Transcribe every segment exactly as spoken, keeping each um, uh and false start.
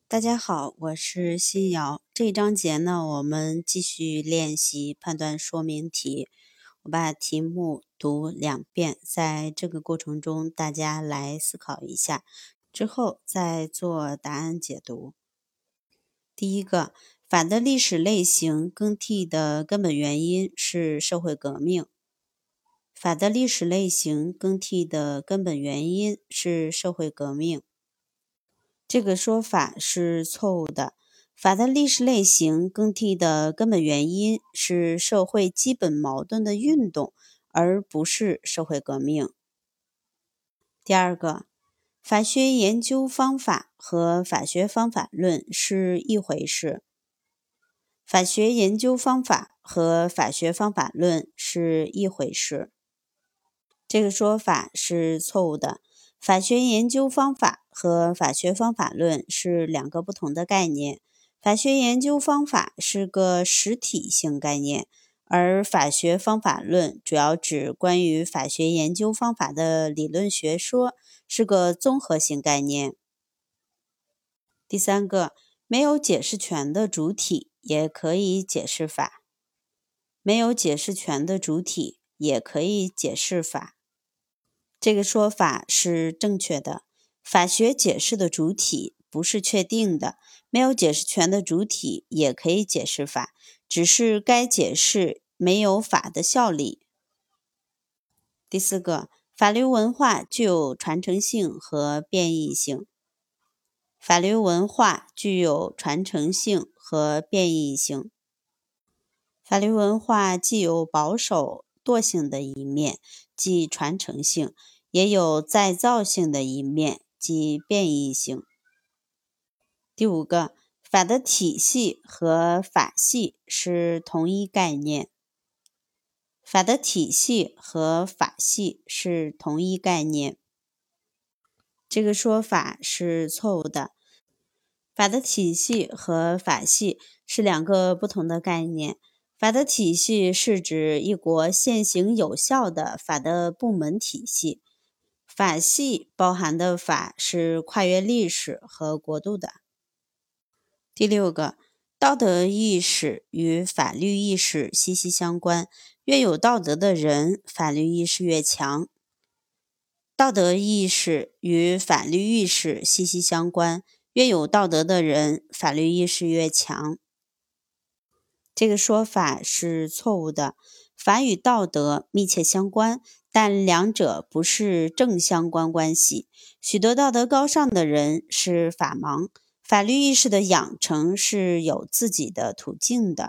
大家好，我是新瑶。这一章节呢，我们继续练习判断说明题。我把题目读两遍，在这个过程中，大家来思考一下，之后再做答案解读。第一个，法的历史类型更替的根本原因是社会革命。法的历史类型更替的根本原因是社会革命。这个说法是错误的。法的历史类型更替的根本原因是社会基本矛盾的运动，而不是社会革命。第二个，法学研究方法和法学方法论是一回事。法学研究方法和法学方法论是一回事。这个说法是错误的。法学研究方法和法学方法论是两个不同的概念。法学研究方法是个实体性概念，而法学方法论主要指关于法学研究方法的理论学说，是个综合性概念。第三个，没有解释权的主体也可以解释法。没有解释权的主体也可以解释法。这个说法是正确的。法学解释的主体不是确定的，没有解释权的主体也可以解释法，只是该解释没有法的效力。第四个，法律文化具有传承性和变异性。法律文化具有传承性和变异性。法律文化既有保守惰性的一面，即传承性，也有再造性的一面，即变异性。第五个，法的体系和法系是同一概念。法的体系和法系是同一概念。这个说法是错误的。法的体系和法系是两个不同的概念。法的体系是指一国现行有效的法的部门体系，法系包含的法是跨越历史和国度的。第六个，道德意识与法律意识息息相关，越有道德的人，法律意识越强。道德意识与法律意识息息相关，越有道德的人，法律意识越强。这个说法是错误的。法与道德密切相关，但两者不是正相关关系。许多道德高尚的人是法盲，法律意识的养成是有自己的途径的。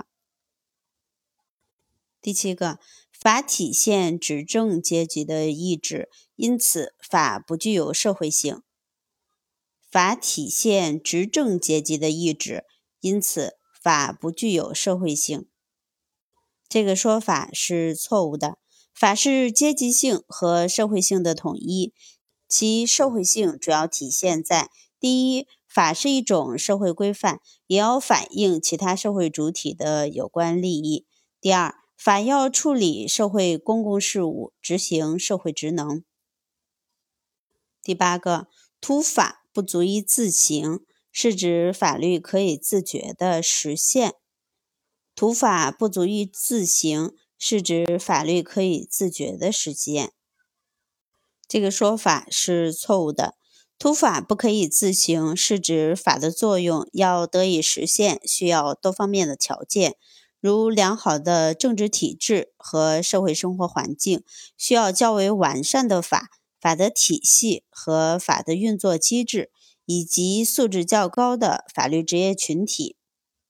第七个，法体现执政阶级的意志，因此法不具有社会性。法体现执政阶级的意志，因此法不具有社会性。这个说法是错误的。法是阶级性和社会性的统一，其社会性主要体现在：第一，法是一种社会规范，也要反映其他社会主体的有关利益；第二，法要处理社会公共事务，执行社会职能。第八个，土法不足以自行，是指法律可以自觉地实现。土法不足以自行，是指法律可以自觉地实现。这个说法是错误的。土法不可以自行，是指法的作用要得以实现，需要多方面的条件，如良好的政治体制和社会生活环境，需要较为完善的法、法的体系和法的运作机制，以及素质较高的法律职业群体。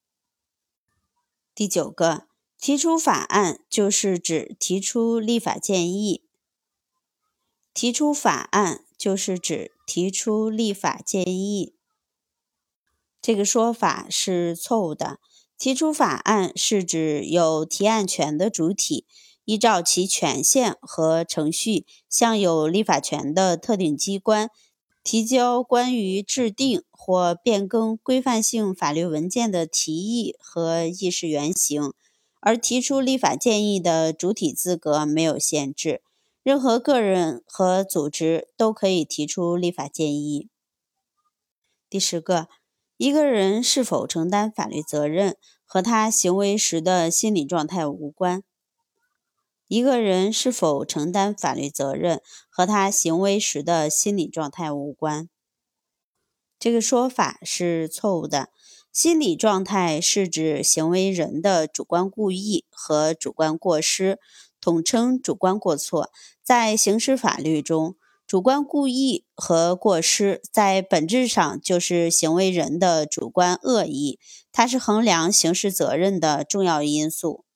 第九个，提出法案就是指提出立法建议。提出法案就是指提出立法建议。这个说法是错误的。提出法案是指有提案权的主体，依照其权限和程序，向有立法权的特定机关提交关于制定或变更规范性法律文件的提议和议事原型，而提出立法建议的主体资格没有限制，任何个人和组织都可以提出立法建议。第十个， 一个人是否承担法律责任和他行为时的心理状态无关。一个人是否承担法律责任和他行为时的心理状态无关。这个说法是错误的。心理状态是指行为人的主观故意和主观过失，统称主观过错。在刑事法律中，主观故意和过失在本质上就是行为人的主观恶意，它是衡量刑事责任的重要因素。